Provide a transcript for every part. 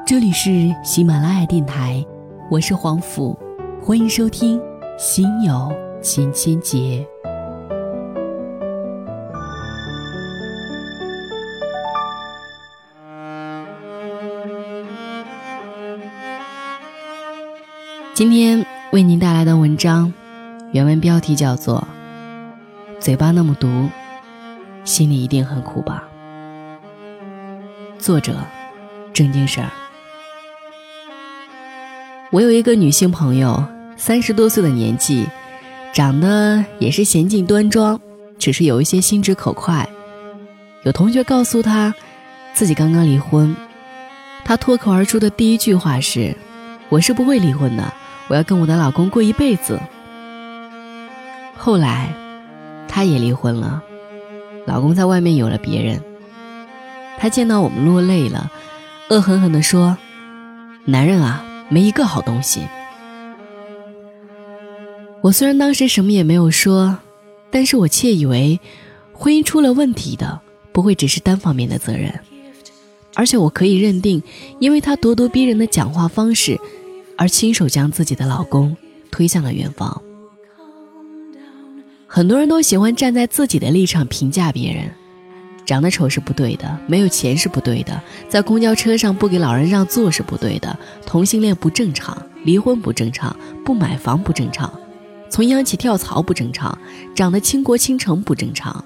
这里是喜马拉雅电台，我是黄甫，欢迎收听心有千千结。今天为您带来的文章，原文标题叫做嘴巴那么毒，心里一定很苦吧。作者正经事儿。我有一个女性朋友，30多岁的年纪，长得也是娴静端庄，只是有一些心直口快。有同学告诉她自己刚刚离婚，她脱口而出的第一句话是：我是不会离婚的，我要跟我的老公过一辈子。后来她也离婚了，老公在外面有了别人。她见到我们落泪了，恶狠狠地说：男人啊，没一个好东西。我虽然当时什么也没有说，但是我窃以为婚姻出了问题的不会只是单方面的责任，而且我可以认定，因为她咄咄逼人的讲话方式而亲手将自己的老公推向了远方。很多人都喜欢站在自己的立场评价别人，长得丑是不对的，没有钱是不对的，在公交车上不给老人让座是不对的，同性恋不正常，离婚不正常，不买房不正常，从央企跳槽不正常，长得倾国倾城不正常。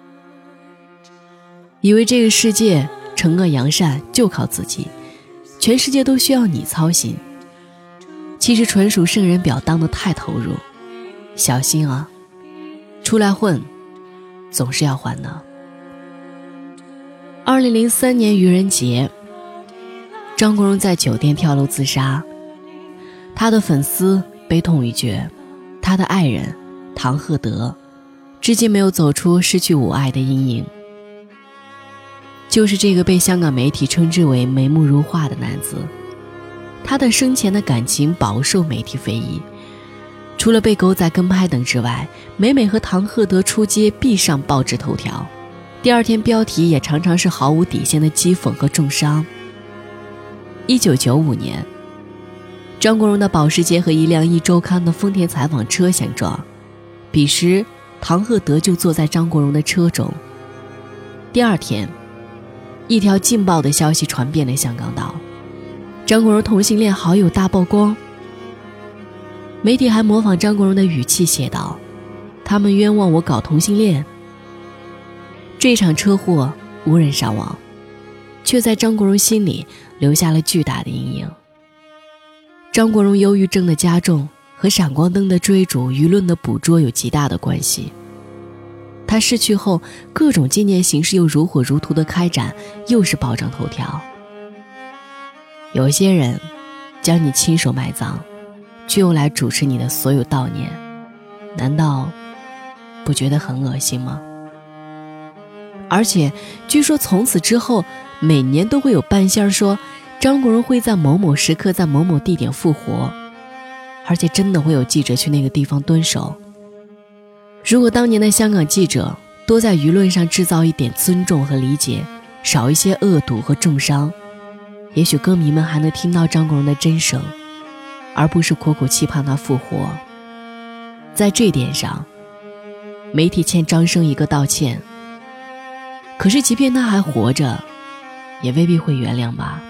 以为这个世界惩恶扬善就靠自己，全世界都需要你操心，其实纯属圣人表当得太投入。小心啊，出来混总是要还的。2003年愚人节，张国荣在酒店跳楼自杀，他的粉丝悲痛欲绝，他的爱人唐鹤德至今没有走出失去我爱的阴影。就是这个被香港媒体称之为眉目如画的男子，他的生前的感情饱受媒体非议，除了被狗仔跟拍等之外，每每和唐鹤德出街必上报纸头条，第二天标题也常常是毫无底线的讥讽和重伤。1995年，张国荣的保时捷和一辆一周刊的丰田采访车相撞，彼时唐鹤德就坐在张国荣的车中。第二天，一条劲爆的消息传遍了香港岛，张国荣同性恋好友大曝光。媒体还模仿张国荣的语气写道：他们冤枉我搞同性恋。这场车祸无人伤亡，却在张国荣心里留下了巨大的阴影。张国荣忧郁症的加重和闪光灯的追逐、舆论的捕捉有极大的关系。他逝去后，各种纪念形式又如火如荼的开展，又是报章头条。有些人将你亲手埋葬，却又来主持你的所有悼念，难道不觉得很恶心吗？而且据说从此之后，每年都会有半仙儿说张国荣会在某某时刻在某某地点复活，而且真的会有记者去那个地方蹲守。如果当年的香港记者多在舆论上制造一点尊重和理解，少一些恶毒和重伤，也许歌迷们还能听到张国荣的真声，而不是苦苦期盼他复活。在这点上，媒体欠张生一个道歉，可是即便他还活着，也未必会原谅吧。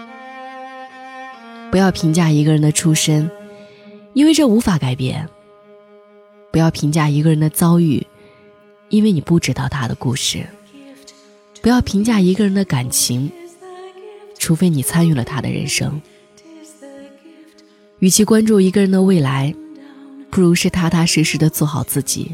不要评价一个人的出身，因为这无法改变。不要评价一个人的遭遇，因为你不知道他的故事。不要评价一个人的感情，除非你参与了他的人生。与其关注一个人的未来，不如是踏踏实实地做好自己。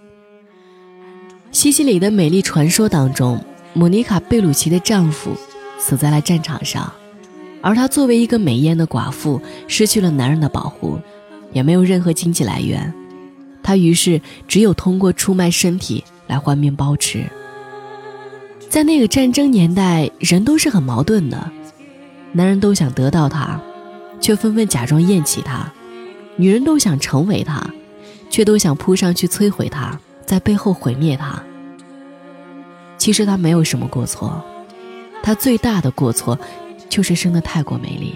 西西里的美丽传说当中，莫妮卡·贝鲁奇的丈夫死在了战场上，而她作为一个美艳的寡妇，失去了男人的保护，也没有任何经济来源，她于是只有通过出卖身体来换面包吃。在那个战争年代，人都是很矛盾的，男人都想得到她，却纷纷假装厌弃她；女人都想成为她，却都想扑上去摧毁她，在背后毁灭她。其实她没有什么过错，她最大的过错就是生得太过美丽。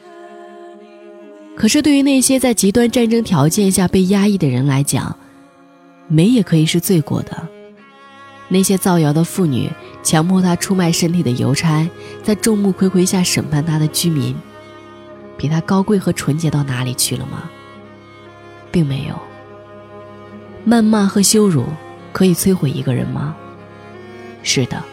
可是对于那些在极端战争条件下被压抑的人来讲，美也可以是罪过的。那些造谣的妇女，强迫他出卖身体的邮差，在众目睽睽下审判他的居民，比他高贵和纯洁到哪里去了吗？并没有。谩骂和羞辱可以摧毁一个人吗？是的。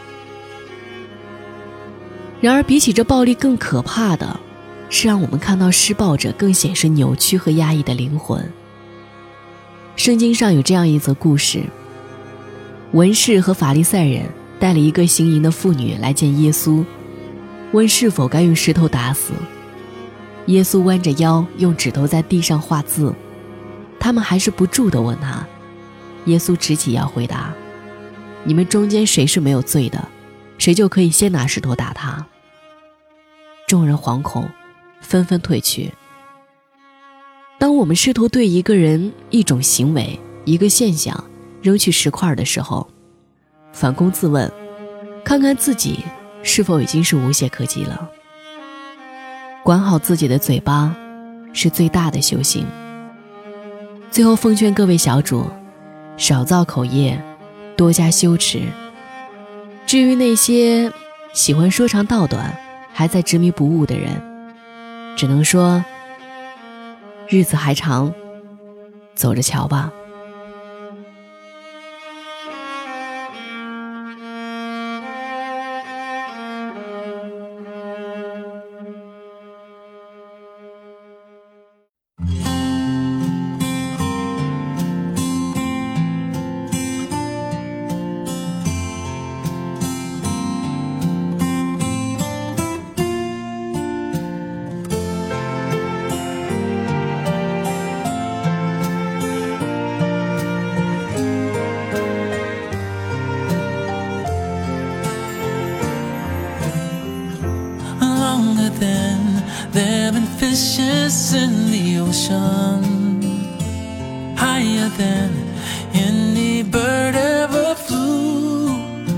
然而比起这暴力更可怕的是让我们看到施暴者更显示扭曲和压抑的灵魂。圣经上有这样一则故事，文士和法利赛人带了一个行淫的妇女来见耶稣，问是否该用石头打死。耶稣弯着腰用指头在地上画字，他们还是不住地问他。耶稣直起腰回答，你们中间谁是没有罪的，谁就可以先拿石头打他。众人惶恐，纷纷退去。当我们试图对一个人、一种行为、一个现象扔去石块的时候，反躬自问，看看自己是否已经是无懈可击了。管好自己的嘴巴是最大的修行。最后奉劝各位小主，少造口业，多加羞耻。至于那些喜欢说长道短还在执迷不悟的人，只能说日子还长，走着瞧吧。 There have been fishes in the ocean, higher than any bird ever flew,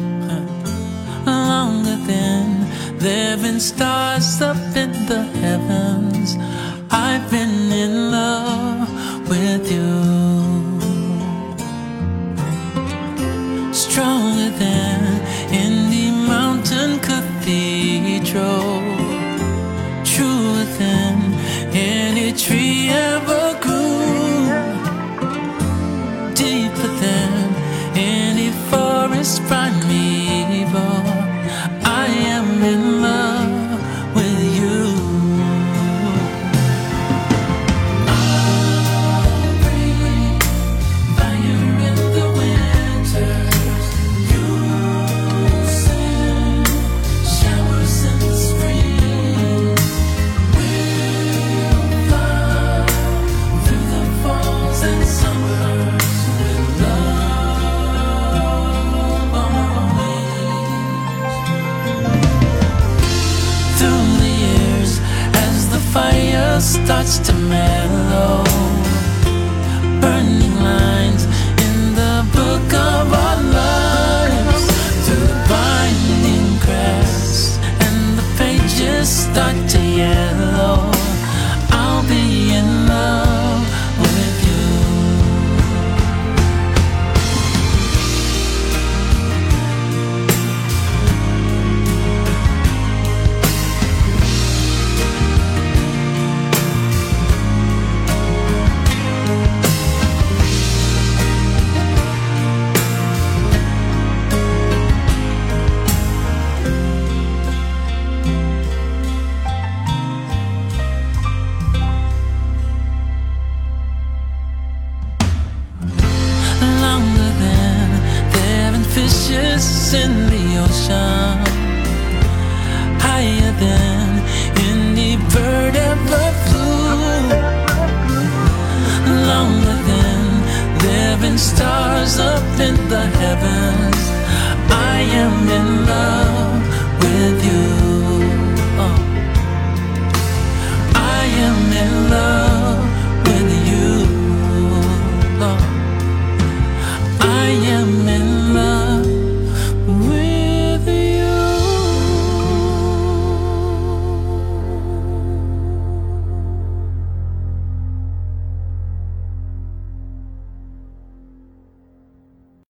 longer than there have been stars up in the heavens. I've been in love with you, stronger than any mountain cathedral, truer than any tree ever grew, deeper than any forest primeval. I am in love with you. I'll bring fire in the winters, you'll send showers in the spring. Starts to mellow, burning lines in the book of our lives, through the binding cracks and the pages start to yellow. I'll be in love with you. Fishes in the ocean, higher than any bird ever flew, longer than there have been stars up in the heavens.